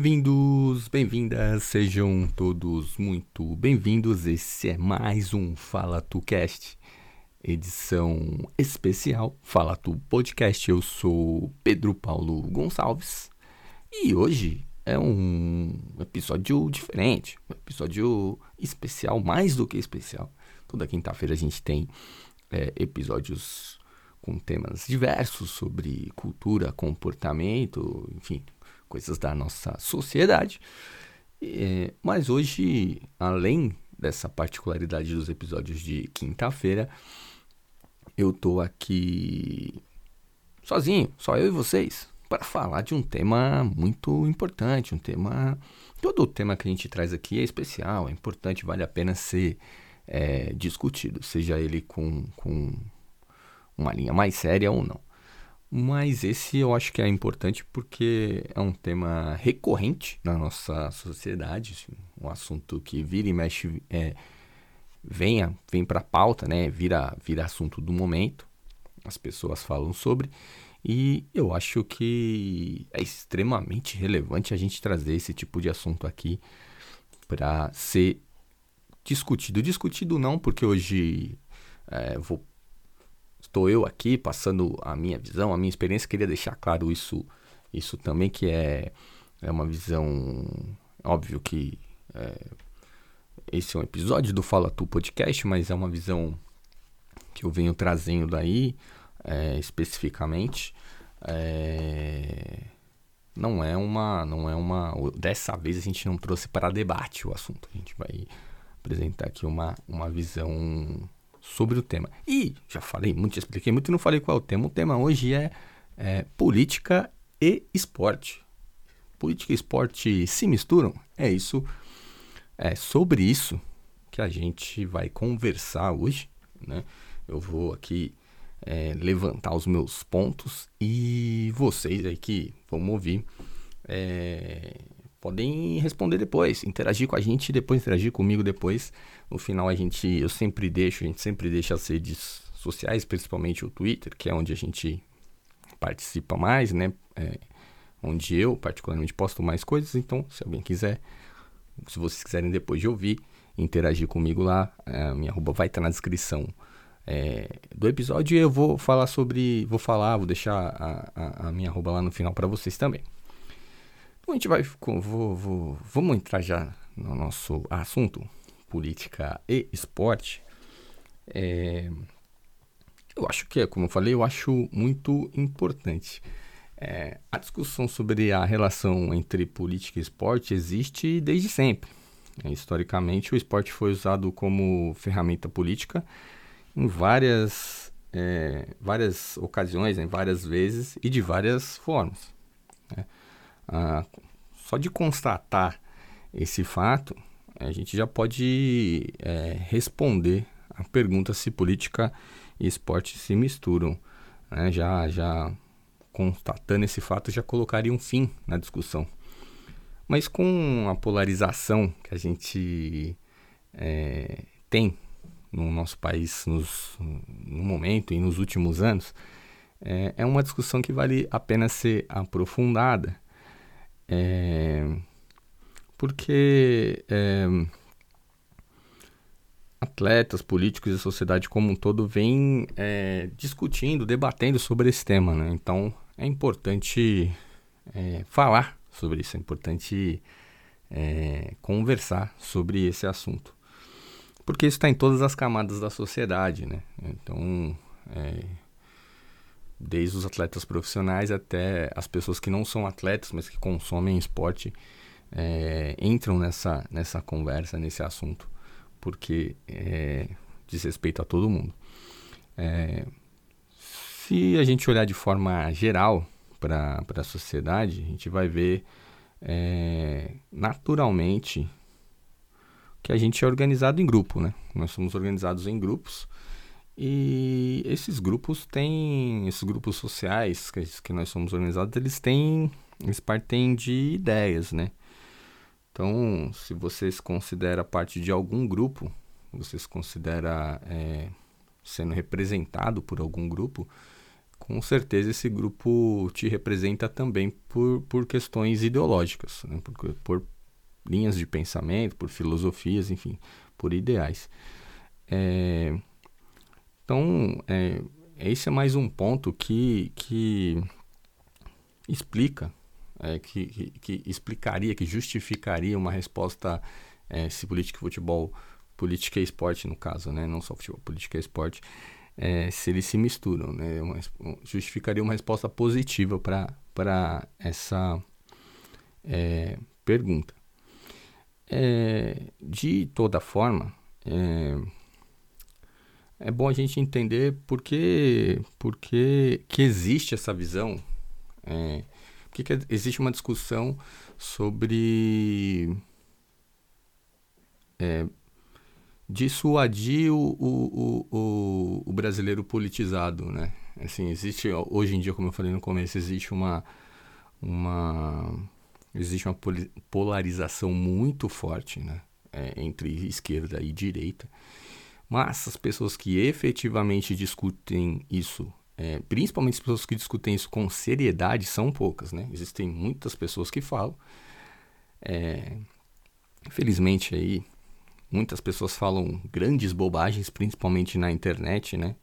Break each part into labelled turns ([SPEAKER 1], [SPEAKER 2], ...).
[SPEAKER 1] Bem-vindos, bem-vindas, sejam todos muito bem-vindos. Esse é mais um Fala Tu Cast, edição especial Fala Tu Podcast. Eu sou Pedro Paulo Gonçalves e hoje é um episódio diferente, um episódio especial, mais do que especial. Toda quinta-feira a gente tem episódios com temas diversos sobre cultura, comportamento, enfim, coisas da nossa sociedade. Mas hoje, além dessa particularidade dos episódios de quinta-feira, eu tô aqui sozinho, só eu e vocês, para falar de um tema muito importante, todo tema que a gente traz aqui é especial, é importante, vale a pena ser discutido, seja ele com uma linha mais séria ou não. Mas esse eu acho que é importante porque é um tema recorrente na nossa sociedade, um assunto que vira e mexe, vem para a pauta, né? Vira assunto do momento, as pessoas falam sobre, e eu acho que é extremamente relevante a gente trazer esse tipo de assunto aqui para ser discutido. Discutido não, porque hoje estou eu aqui passando a minha visão, a minha experiência. Queria deixar claro isso também, que é uma visão, óbvio que esse é um episódio do Fala Tu Podcast, mas é uma visão que eu venho trazendo daí, especificamente. Não é uma, dessa vez a gente não trouxe para debate o assunto, a gente vai apresentar aqui uma visão sobre o tema. E já falei muito, já expliquei muito e não falei qual é o tema. O tema hoje é política e esporte. Política e esporte se misturam? É sobre isso que a gente vai conversar hoje, né? Eu vou aqui levantar os meus pontos e vocês aí que vão me ouvir podem responder depois, interagir com a gente depois, interagir comigo depois. No final a gente sempre deixa as redes sociais, principalmente o Twitter, que é onde a gente participa mais, né? Onde eu particularmente posto mais coisas. Então, se vocês quiserem depois de ouvir, interagir comigo lá, minha arroba vai estar na descrição do episódio, e eu vou deixar a minha arroba lá no final para vocês também. Então a gente vamos entrar já no nosso assunto, política e esporte. Eu acho que, como eu falei, eu acho muito importante. A discussão sobre a relação entre política e esporte existe desde sempre. Historicamente, o esporte foi usado como ferramenta política em várias ocasiões, em várias vezes e de várias formas, né? Só de constatar esse fato, a gente já pode responder a pergunta se política e esporte se misturam, né? Já constatando esse fato, já colocaria um fim na discussão. Mas com a polarização que a gente tem no nosso país no momento e nos últimos anos, é uma discussão que vale a pena ser aprofundada. Porque atletas, políticos e a sociedade como um todo vêm discutindo, debatendo sobre esse tema, né? Então é importante falar sobre isso, é importante conversar sobre esse assunto, porque isso está em todas as camadas da sociedade, né? Então desde os atletas profissionais até as pessoas que não são atletas, mas que consomem esporte, entram nessa conversa, nesse assunto, porque diz respeito a todo mundo. Se a gente olhar de forma geral para a sociedade, a gente vai ver naturalmente que a gente é organizado em grupo, né? Nós somos organizados em grupos. E esses grupos sociais que nós somos organizados, eles partem de ideias, né? Então, se você se considera parte de algum grupo, você se considera sendo representado por algum grupo, com certeza esse grupo te representa também por questões ideológicas, né? Por linhas de pensamento, por filosofias, enfim, por ideais. Então, esse é mais um ponto que explica, que explicaria, que justificaria uma resposta se política e futebol, política e esporte no caso, né? Não só futebol, política e esporte, se eles se misturam, né? Justificaria uma resposta positiva para essa pergunta. De toda forma, é bom a gente entender por que existe essa visão, porque existe uma discussão sobre dissuadir o brasileiro politizado, né? Assim, existe, hoje em dia, como eu falei no começo, existe uma polarização muito forte, né? Entre esquerda e direita. Mas as pessoas que efetivamente discutem isso, principalmente as pessoas que discutem isso com seriedade, são poucas, né? Existem muitas pessoas que falam. Infelizmente aí, muitas pessoas falam grandes bobagens, principalmente na internet, né?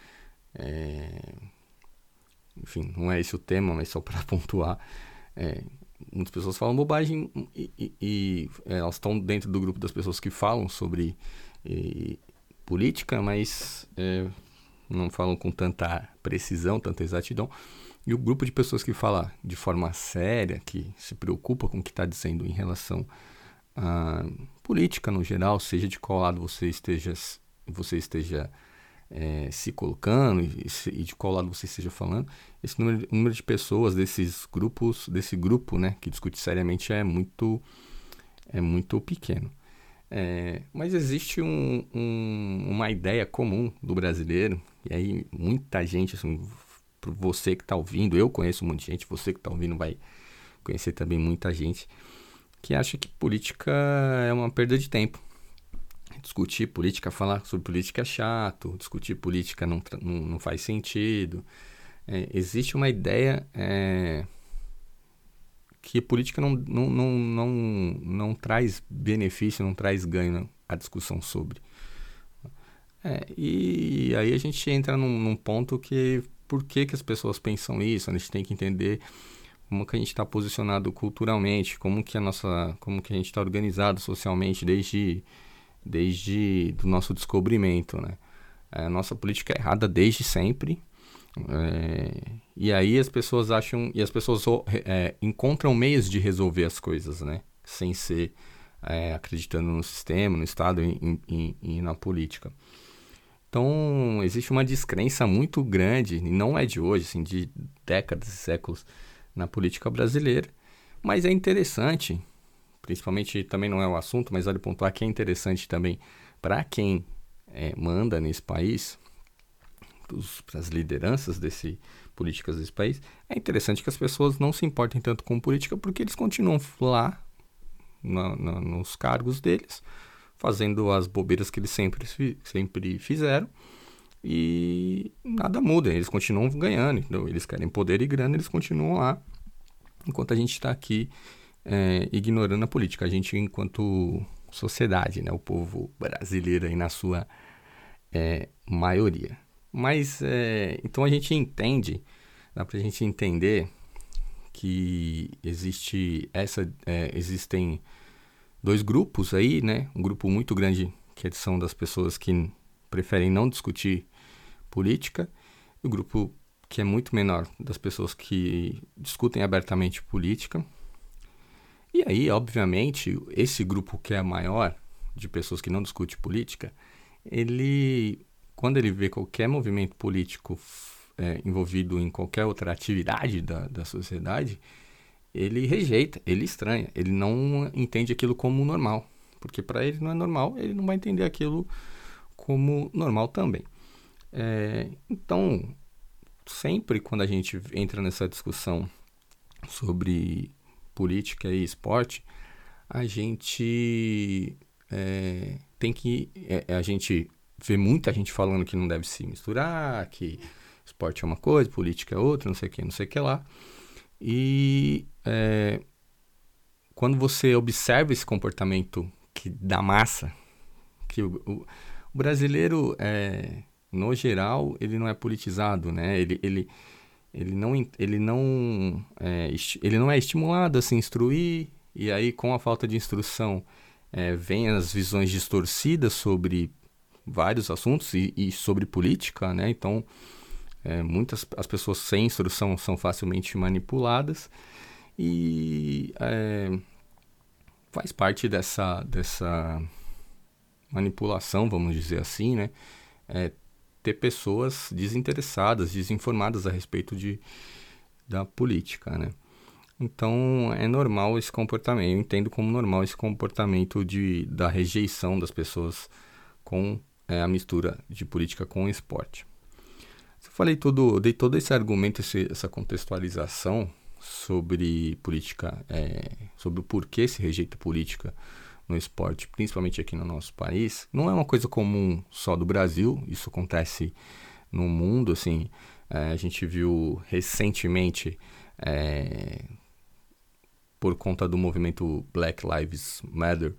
[SPEAKER 1] Enfim, não é esse o tema, mas só para pontuar. Muitas pessoas falam bobagem e elas estão dentro do grupo das pessoas que falam sobre política, mas não falam com tanta precisão, tanta exatidão. E o grupo de pessoas que fala de forma séria, que se preocupa com o que está dizendo em relação à política no geral, seja de qual lado você esteja se colocando e de qual lado você esteja falando, esse número de pessoas desse grupo, né, que discute seriamente é muito pequeno. Mas existe uma ideia comum do brasileiro, e aí muita gente, assim, você que está ouvindo, eu conheço muita gente, você que está ouvindo vai conhecer também muita gente, que acha que política é uma perda de tempo. Discutir política, falar sobre política é chato, discutir política não faz sentido. Existe uma ideia que política não traz benefício, não traz ganho à discussão sobre. E aí a gente entra num ponto que por que as pessoas pensam isso? A gente tem que entender como que a gente está posicionado culturalmente, como que a gente está organizado socialmente desde do nosso descobrimento, né? A nossa política é errada desde sempre. E aí as pessoas encontram meios de resolver as coisas, né? Sem ser acreditando no sistema, no Estado e na política. Então, existe uma descrença muito grande, e não é de hoje, assim, de décadas e séculos, na política brasileira. Mas é interessante, principalmente, também não é o assunto, mas vale pontuar que é interessante também para quem manda nesse país, para as lideranças políticas desse país, é interessante que as pessoas não se importem tanto com política, porque eles continuam lá nos cargos deles, fazendo as bobeiras que eles sempre fizeram, e nada muda, eles continuam ganhando, então eles querem poder e grana, eles continuam lá, enquanto a gente está aqui ignorando a política, a gente enquanto sociedade, né, o povo brasileiro aí na sua maioria. Mas, então a gente entende, dá pra gente entender que existem dois grupos aí, né? Um grupo muito grande, que são das pessoas que preferem não discutir política, e o grupo que é muito menor, das pessoas que discutem abertamente política. E aí, obviamente, esse grupo que é maior, de pessoas que não discutem política, quando ele vê qualquer movimento político envolvido em qualquer outra atividade da sociedade, ele rejeita, ele estranha, ele não entende aquilo como normal, porque para ele não é normal, ele não vai entender aquilo como normal também. Então, sempre quando a gente entra nessa discussão sobre política e esporte, a gente a gente vê muita gente falando que não deve se misturar, que esporte é uma coisa, política é outra, não sei o que, não sei o que lá. E quando você observa esse comportamento da massa, que o brasileiro, no geral, ele não é politizado, né? Ele não é estimulado a se instruir, e aí com a falta de instrução vem as visões distorcidas sobre vários assuntos e sobre política, né? Então, as pessoas sem instrução são facilmente manipuladas e faz parte dessa manipulação, vamos dizer assim, né? Ter pessoas desinteressadas, desinformadas a respeito da política, né? Então, é normal esse comportamento. Eu entendo como normal esse comportamento da rejeição das pessoas com a mistura de política com esporte. Dei todo esse argumento, essa contextualização sobre política, sobre o porquê se rejeita política no esporte, principalmente aqui no nosso país. Não é uma coisa comum só do Brasil, isso acontece no mundo, assim. A gente viu recentemente, por conta do movimento Black Lives Matter,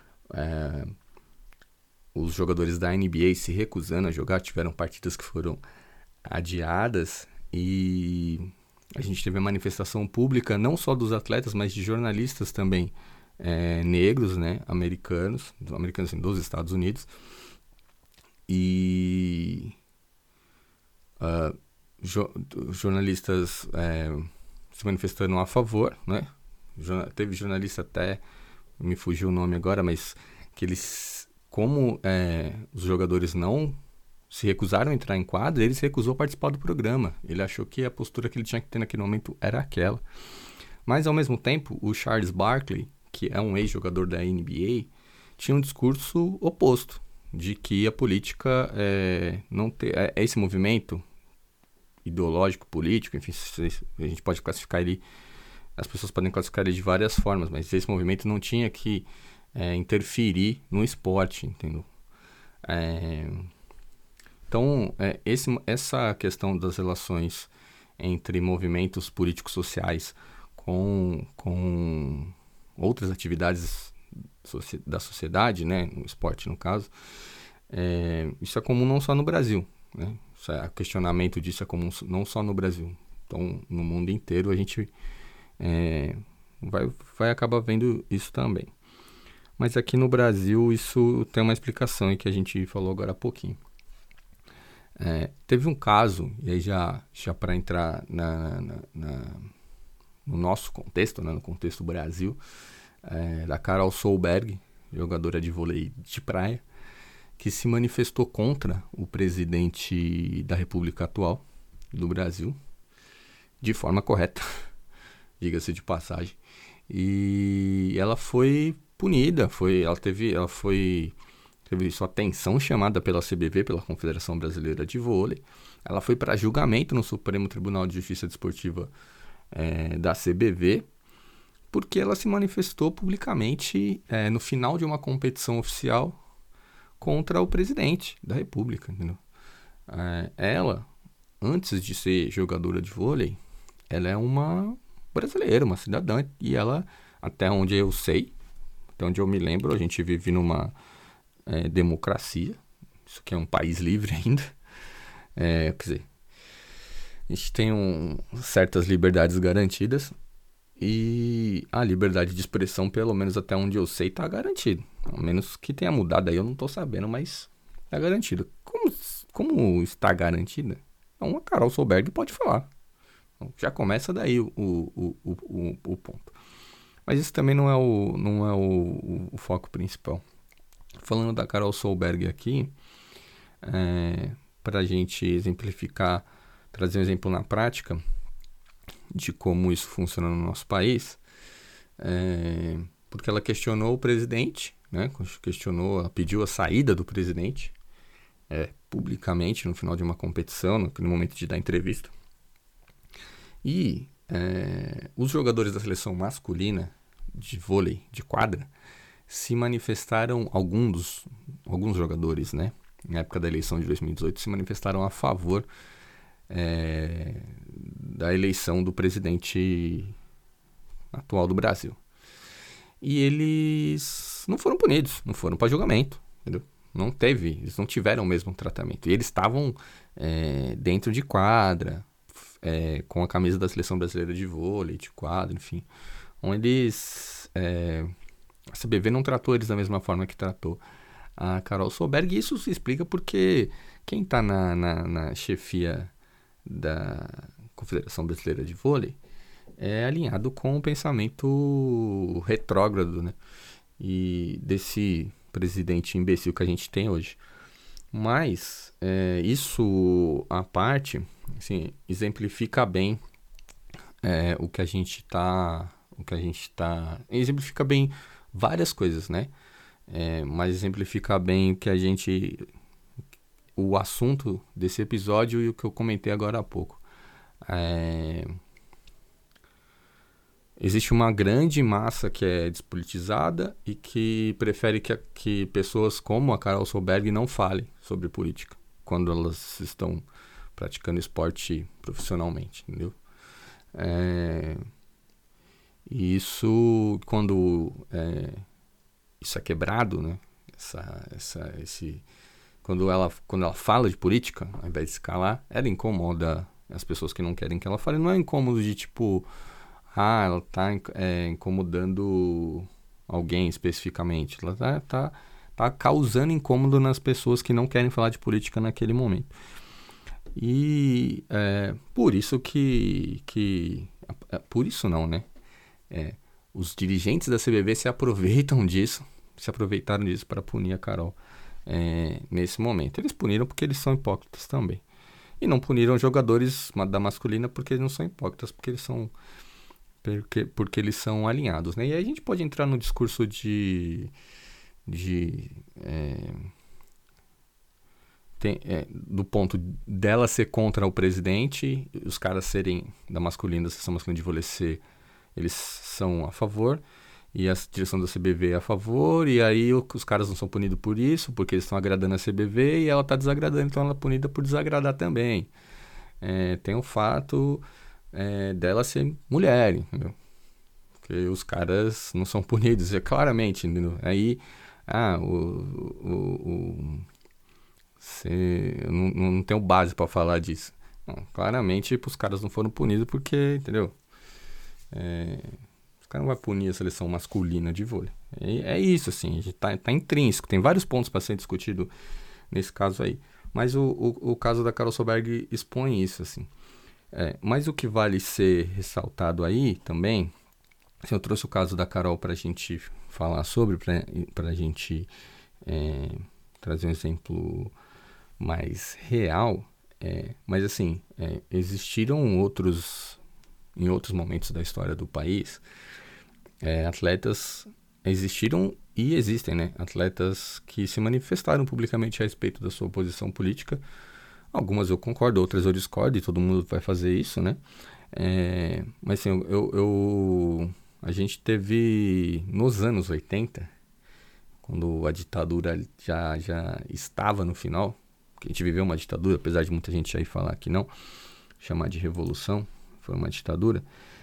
[SPEAKER 1] os jogadores da NBA se recusando a jogar, tiveram partidas que foram adiadas e a gente teve a manifestação pública não só dos atletas, mas de jornalistas também negros, né, americanos assim, dos Estados Unidos, e jornalistas se manifestando a favor, né? Teve jornalista, até me fugiu o nome agora, mas que eles, como os jogadores não se recusaram a entrar em quadra, ele se recusou a participar do programa. Ele achou que a postura que ele tinha que ter naquele momento era aquela. Mas, ao mesmo tempo, o Charles Barkley, que é um ex-jogador da NBA, tinha um discurso oposto, de que a política esse movimento ideológico, político, enfim, a gente pode classificar ele, as pessoas podem classificar ele de várias formas, mas esse movimento não tinha que interferir no esporte, entendeu? Então, essa questão das relações entre movimentos políticos sociais com outras atividades da sociedade, né, no esporte no caso, isso é comum não só no Brasil, né? O questionamento disso é comum não só no Brasil. Então, no mundo inteiro a gente vai acabar vendo isso também. Mas aqui no Brasil isso tem uma explicação e que a gente falou agora há pouquinho. Teve um caso, e aí já para entrar no nosso contexto, né, no contexto Brasil, da Carol Solberg, jogadora de vôlei de praia, que se manifestou contra o presidente da República atual do Brasil, de forma correta, diga-se de passagem. E ela foi punida, ela teve sua atenção chamada pela CBV, pela Confederação Brasileira de Vôlei. Ela foi para julgamento no Supremo Tribunal de Justiça Desportiva da CBV, porque ela se manifestou publicamente no final de uma competição oficial contra o presidente da República, entendeu? Ela, antes de ser jogadora de vôlei, ela é uma brasileira, uma cidadã, e ela, até onde eu sei, até onde eu me lembro, a gente vive numa democracia, isso aqui é um país livre ainda, quer dizer, a gente tem certas liberdades garantidas, e a liberdade de expressão, pelo menos até onde eu sei, está garantida. A menos que tenha mudado aí, eu não estou sabendo, mas está garantida. Como está garantida? Então, a Carol Solberg pode falar. Então, já começa daí o ponto. Mas isso também não é o foco principal. Falando da Carol Solberg aqui, para a gente exemplificar, trazer um exemplo na prática de como isso funciona no nosso país, porque ela questionou o presidente, né? Ela pediu a saída do presidente publicamente no final de uma competição, no momento de dar entrevista. E os jogadores da seleção masculina de vôlei de quadra se manifestaram, alguns jogadores, né, na época da eleição de 2018, se manifestaram a favor da eleição do presidente atual do Brasil. E eles não foram punidos, não foram para julgamento, entendeu? Eles não tiveram o mesmo tratamento. E eles estavam dentro de quadra, com a camisa da Seleção Brasileira de Vôlei, de quadra, enfim. Onde a CBV não tratou eles da mesma forma que tratou a Carol Solberg. E isso se explica porque quem está na chefia da Confederação Brasileira de Vôlei é alinhado com o pensamento retrógrado, né? E desse presidente imbecil que a gente tem hoje. Mas isso à parte, assim, exemplifica bem o que a gente tá, exemplifica bem várias coisas, né? Mas exemplifica bem o assunto desse episódio e o que eu comentei agora há pouco. Existe uma grande massa que é despolitizada e que prefere que pessoas como a Carol Solberg não falem sobre política quando elas estão praticando esporte profissionalmente, entendeu? E isso, quando isso é quebrado, né? Quando ela fala de política, ao invés de se calar, ela incomoda as pessoas que não querem que ela fale. Não é incômodo de tipo... ela está incomodando alguém especificamente. Ela tá causando incômodo nas pessoas que não querem falar de política naquele momento. E por isso por isso não, né? Os dirigentes da CBV se aproveitaram disso para punir a Carol nesse momento. Eles puniram porque eles são hipócritas também. E não puniram jogadores da masculina porque eles não são hipócritas, porque eles são alinhados, né? E aí a gente pode entrar no discurso do ponto dela ser contra o presidente, os caras serem da seleção masculina de vôlei eles são a favor, e a direção da CBV é a favor, e aí os caras não são punidos por isso, porque eles estão agradando a CBV, e ela está desagradando, então ela é punida por desagradar também. Tem o fato... dela ser mulher, entendeu? Porque os caras não são punidos, claramente, entendeu? Aí, eu não tenho base para falar disso. Não, claramente, os caras não foram punidos porque, entendeu? Os caras não vão punir a seleção masculina de vôlei. É isso, assim, tá intrínseco. Tem vários pontos para ser discutido nesse caso aí. Mas o caso da Carol Solberg expõe isso, assim. Mas o que vale ser ressaltado aí também, eu trouxe o caso da Carol para a gente falar sobre, para a gente trazer um exemplo mais real, mas assim, existiram em outros momentos da história do país, atletas, existiram e existem, né, atletas que se manifestaram publicamente a respeito da sua posição política. Algumas eu concordo, outras eu discordo, e todo mundo vai fazer isso, né? Mas assim, a gente teve nos anos 80, quando a ditadura já estava no final, que a gente viveu uma ditadura, apesar de muita gente aí falar que não, chamar de revolução, foi uma ditadura.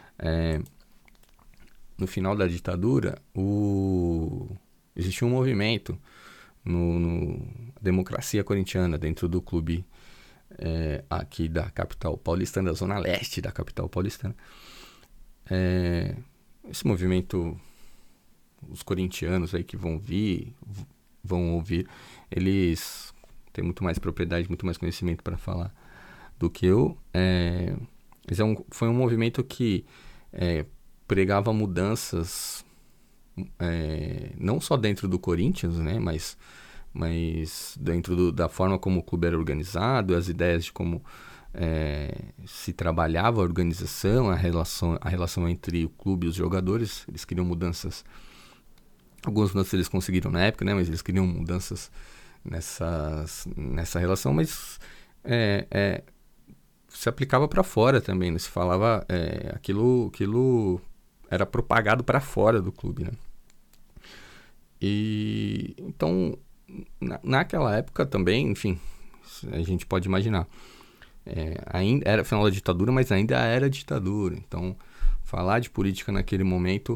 [SPEAKER 1] No final da ditadura, existia um movimento no Democracia Corintiana, dentro do clube aqui da capital paulistana, da zona leste da capital paulistana. Esse movimento, os corintianos aí que vão ouvir, eles têm muito mais propriedade, muito mais conhecimento para falar do que eu. Foi um movimento que pregava mudanças não só dentro do Corinthians, né, mas dentro da forma como o clube era organizado, as ideias de como se trabalhava a organização, a relação entre o clube e os jogadores. Eles queriam mudanças, algumas mudanças eles conseguiram na época, né, mas eles queriam mudanças nessa relação, mas se aplicava para fora também, né? Se falava, aquilo era propagado para fora do clube, né? E então naquela época também, enfim, a gente pode imaginar, ainda era final da ditadura, mas ainda era ditadura. Então, falar de política naquele momento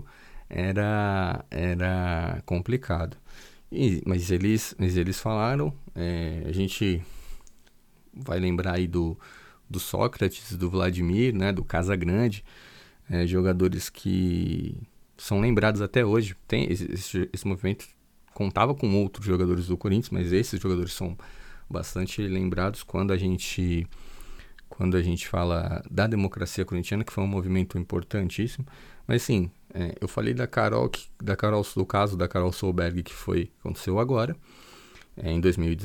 [SPEAKER 1] era complicado. Mas eles falaram, a gente vai lembrar aí do Sócrates, do Vladimir, né, do Casagrande, jogadores que são lembrados até hoje. Tem esse movimento contava com outros jogadores do Corinthians, mas esses jogadores são bastante lembrados quando a gente fala da democracia corintiana, que foi um movimento importantíssimo. Mas sim, eu falei do caso da Carol Solberg, que aconteceu agora, em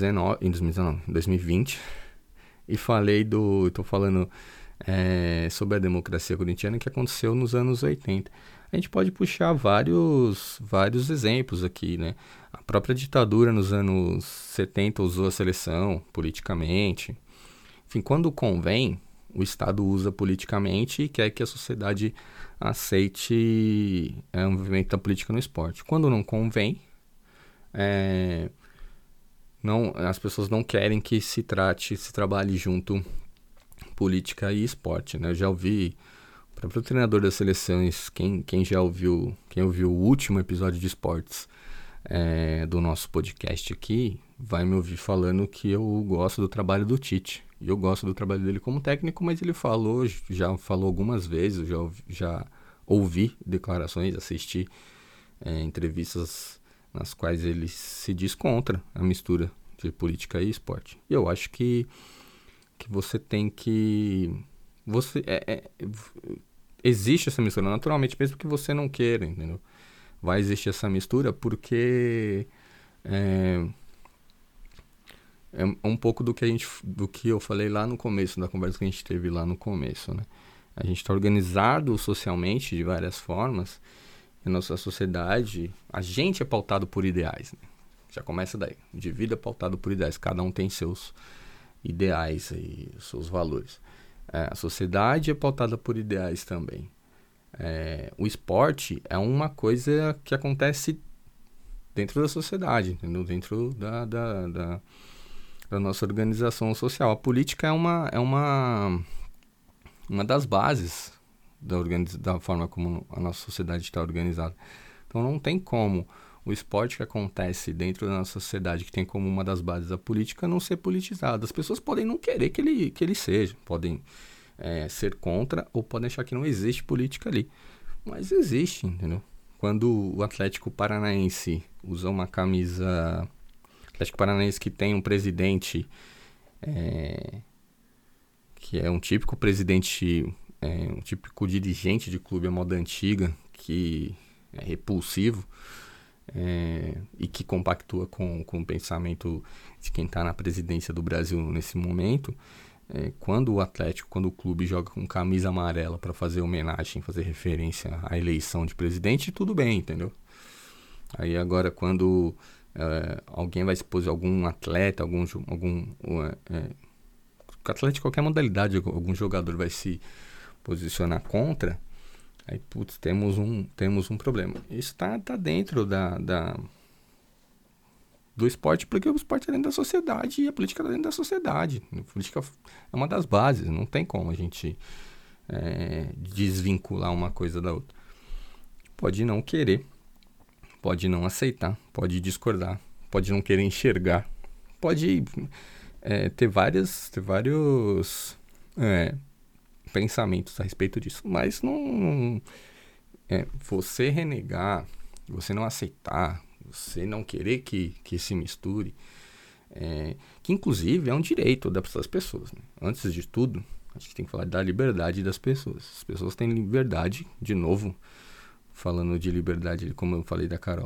[SPEAKER 1] 2020, e estou falando sobre a democracia corintiana, que aconteceu nos anos 80. A gente pode puxar vários exemplos aqui, né? A própria ditadura nos anos 70 usou a seleção politicamente. Enfim, quando convém, o Estado usa politicamente e quer que a sociedade aceite o movimento da política no esporte. Quando não convém, as pessoas não querem que se trabalhe junto política e esporte, né? Eu já ouvi o próprio treinador das seleções, quem ouviu o último episódio de esportes do nosso podcast aqui, vai me ouvir falando que eu gosto do trabalho do Tite. E eu gosto do trabalho dele como técnico, mas ele já falou algumas vezes, já ouvi declarações, assisti entrevistas nas quais ele se diz contra a mistura de política e esporte. E eu acho que você tem que... existe essa mistura, naturalmente, mesmo que você não queira, entendeu? Vai existir essa mistura porque é um pouco do que eu falei lá no começo, da conversa que a gente teve lá no começo, né? A gente está organizado socialmente de várias formas, e a nossa sociedade, a gente é pautado por ideais, né? Já começa daí, de vida pautado por ideais, cada um tem seus ideais e seus valores. A sociedade é pautada por ideais também. O esporte é uma coisa que acontece dentro da sociedade, entendeu? Dentro da nossa organização social. A política é uma das bases da forma como a nossa sociedade está organizada. Então não tem como o esporte que acontece dentro da nossa sociedade, que tem como uma das bases a política, não ser politizado. As pessoas podem não querer que ele seja, podem ser contra ou podem achar que não existe política ali. Mas existe, entendeu? Quando o Atlético Paranaense usa uma camisa... Atlético Paranaense que tem um presidente que é um típico presidente, um típico dirigente de clube à moda antiga, que é repulsivo e que compactua com o pensamento de quem está na presidência do Brasil nesse momento. Quando o clube joga com camisa amarela para fazer homenagem, fazer referência à eleição de presidente, tudo bem, entendeu? Aí agora quando alguém vai expor algum atleta, atleta de qualquer modalidade, algum jogador vai se posicionar contra, aí temos um problema. Isso tá dentro do esporte, porque o esporte é dentro da sociedade e a política é dentro da sociedade. A política é uma das bases, não tem como a gente desvincular uma coisa da outra. Pode não querer, pode não aceitar, pode discordar, pode não querer enxergar, pode ter vários pensamentos a respeito disso, mas não você renegar, você não aceitar, você não querer que se misture, que inclusive é um direito das pessoas, né? Antes de tudo, a gente tem que falar da liberdade das pessoas. As pessoas têm liberdade, de novo, falando de liberdade, como eu falei da Carol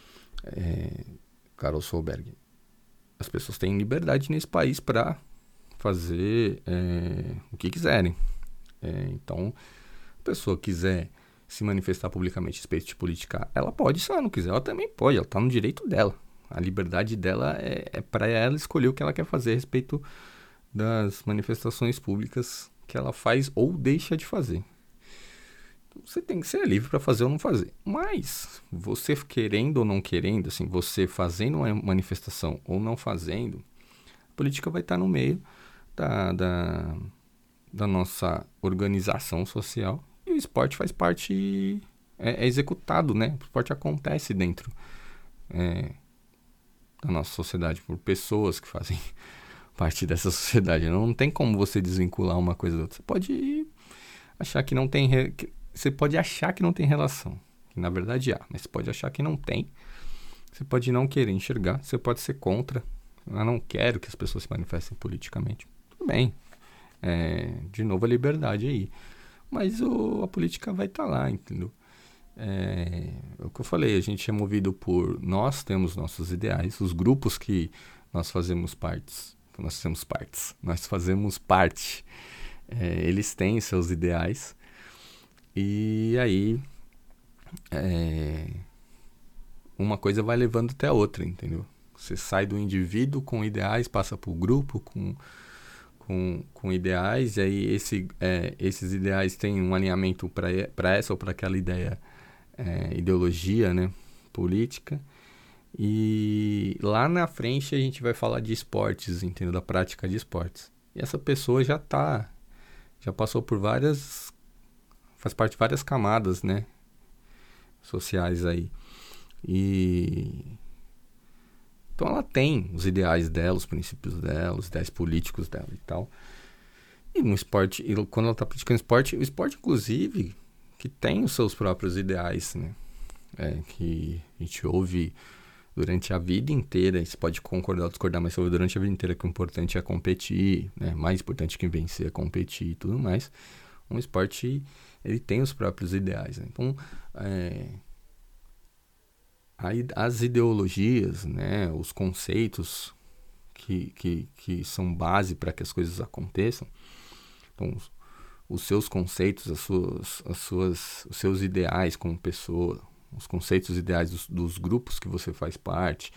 [SPEAKER 1] Solberg. As pessoas têm liberdade nesse país para fazer o que quiserem. Então, a pessoa quiser se manifestar publicamente a respeito de política, ela pode, se ela não quiser, ela também pode, ela está no direito dela. A liberdade dela é para ela escolher o que ela quer fazer a respeito das manifestações públicas que ela faz ou deixa de fazer. Você tem que ser livre para fazer ou não fazer. Mas, você querendo ou não querendo, assim, você fazendo uma manifestação ou não fazendo, a política vai estar no meio, da nossa organização social. E o esporte faz parte, é executado, né? O esporte acontece dentro da nossa sociedade por pessoas que fazem parte dessa sociedade. Não tem como você desvincular uma coisa da outra. Você pode achar que não tem... Você pode achar que não tem relação. Que na verdade há, mas você pode achar que não tem. Você pode não querer enxergar. Você pode ser contra. Eu não quero que as pessoas se manifestem politicamente. Tudo bem. De novo a liberdade aí. Mas a política vai estar lá, entendeu? É o que eu falei, a gente é movido por... Nós temos nossos ideais, os grupos que nós fazemos parte. Eles têm seus ideais. E aí... uma coisa vai levando até a outra, entendeu? Você sai do indivíduo com ideais, passa para o grupo com ideais, e aí esses ideais têm um alinhamento para essa ou para aquela ideologia, né, política. E lá na frente a gente vai falar de esportes, entendeu? Da prática de esportes. E essa pessoa já passou por faz parte de várias camadas, né, sociais aí. Então ela tem os ideais dela, os princípios dela, os ideais políticos dela e tal. E no esporte, quando ela está praticando esporte, o esporte inclusive, que tem os seus próprios ideais, né? Que a gente ouve durante a vida inteira, você pode concordar ou discordar, mas você ouve durante a vida inteira que o importante é competir, né? Mais importante que vencer é competir e tudo mais. Um esporte, ele tem os próprios ideais, né? Então, as ideologias, né, os conceitos que são base para que as coisas aconteçam, então, os seus conceitos, os seus ideais como pessoa, os conceitos ideais dos grupos que você faz parte,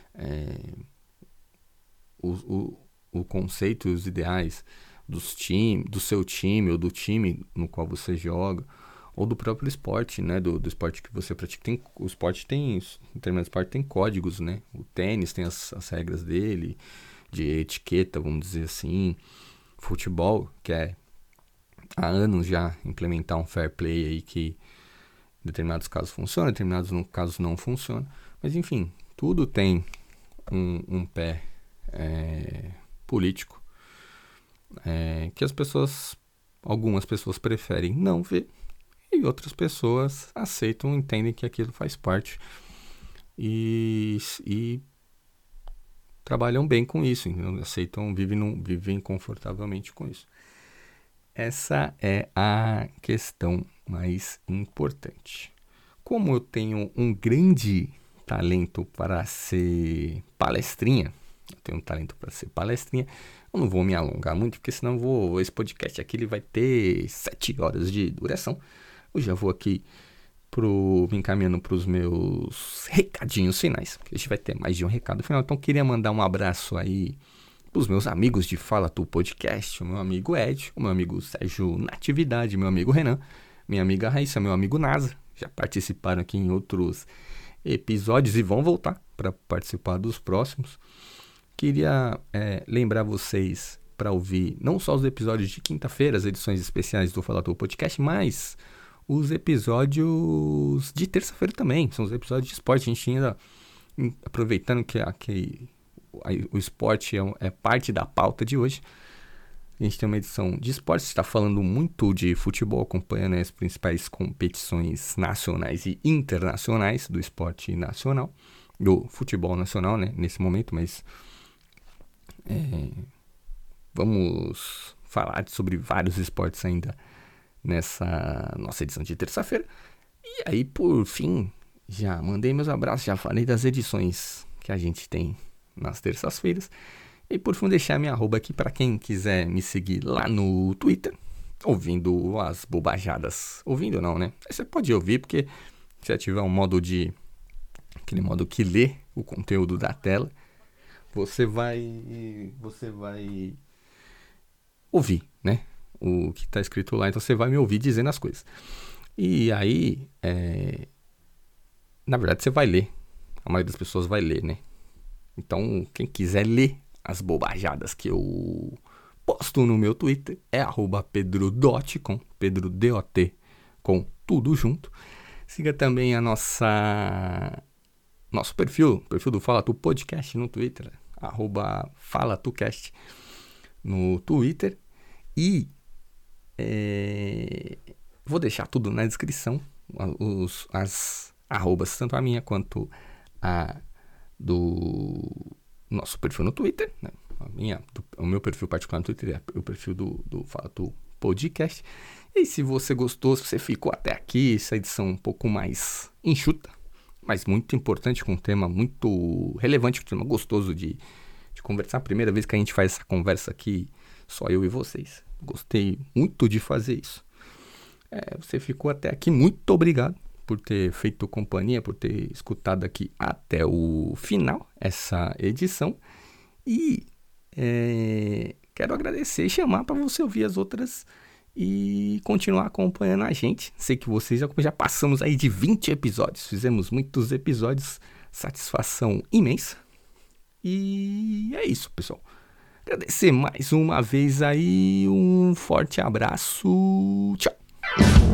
[SPEAKER 1] o conceito e os ideais do seu time ou do time no qual você joga, ou do próprio esporte, né? Do esporte que você pratica. Determinado esporte tem códigos, né? O tênis tem as regras dele, de etiqueta, vamos dizer assim. Futebol, que há anos já implementar um fair play aí que em determinados casos funciona, em determinados casos não funciona. Mas enfim, tudo tem um pé político que algumas pessoas preferem não ver. E outras pessoas aceitam, entendem que aquilo faz parte e trabalham bem com isso, entendeu? Aceitam, vivem confortavelmente com isso. Essa é a questão mais importante. Como eu tenho um grande talento para ser palestrinha, eu não vou me alongar muito, porque senão esse podcast aqui ele vai ter 7 horas de duração. Eu já vou aqui me encaminhando para os meus recadinhos finais, porque a gente vai ter mais de um recado final. Então, queria mandar um abraço aí para os meus amigos de Fala Tu Podcast, o meu amigo Ed, o meu amigo Sérgio Natividade, meu amigo Renan, minha amiga Raíssa, meu amigo Nasa. Já participaram aqui em outros episódios e vão voltar para participar dos próximos. Queria lembrar vocês para ouvir não só os episódios de quinta-feira, as edições especiais do Fala Tu Podcast, mas os episódios de terça-feira também. São os episódios de esporte. A gente ainda, aproveitando que o esporte é parte da pauta de hoje, a gente tem uma edição de esporte. Está falando muito de futebol, acompanhando as principais competições nacionais e internacionais do esporte nacional, do futebol nacional, né, nesse momento, mas vamos falar sobre vários esportes ainda nessa nossa edição de terça-feira. E aí, por fim, já mandei meus abraços, já falei das edições que a gente tem nas terças-feiras. E por fim, deixar minha arroba aqui para quem quiser me seguir lá no Twitter, ouvindo as bobajadas. Ouvindo não, né? Você pode ouvir, porque se ativar aquele modo que lê o conteúdo da tela, você vai ouvir, né? O que está escrito lá, então você vai me ouvir dizendo as coisas. E aí, na verdade, você vai ler. A maioria das pessoas vai ler, né? Então, quem quiser ler as bobajadas que eu posto no meu Twitter, é @pedrodot com Pedro DOT com tudo junto. Siga também a nosso perfil do Fala Tu Podcast no Twitter, @FalaTuCast no Twitter. E vou deixar tudo na descrição, as arrobas, tanto a minha quanto a do nosso perfil no Twitter, né? O meu perfil particular no Twitter é o perfil do Fala Tu Podcast. E se você gostou, se você ficou até aqui, essa edição um pouco mais enxuta, mas muito importante, com um tema muito relevante, um tema gostoso de conversar. A primeira vez que a gente faz essa conversa aqui, só eu e vocês. Gostei muito de fazer isso. Você ficou até aqui, muito obrigado por ter feito companhia, por ter escutado aqui até o final essa edição. E quero agradecer e chamar para você ouvir as outras e continuar acompanhando a gente. Sei que vocês já passamos aí de 20 episódios, fizemos muitos episódios, satisfação imensa. E é isso, pessoal. Agradecer mais uma vez aí, um forte abraço, tchau!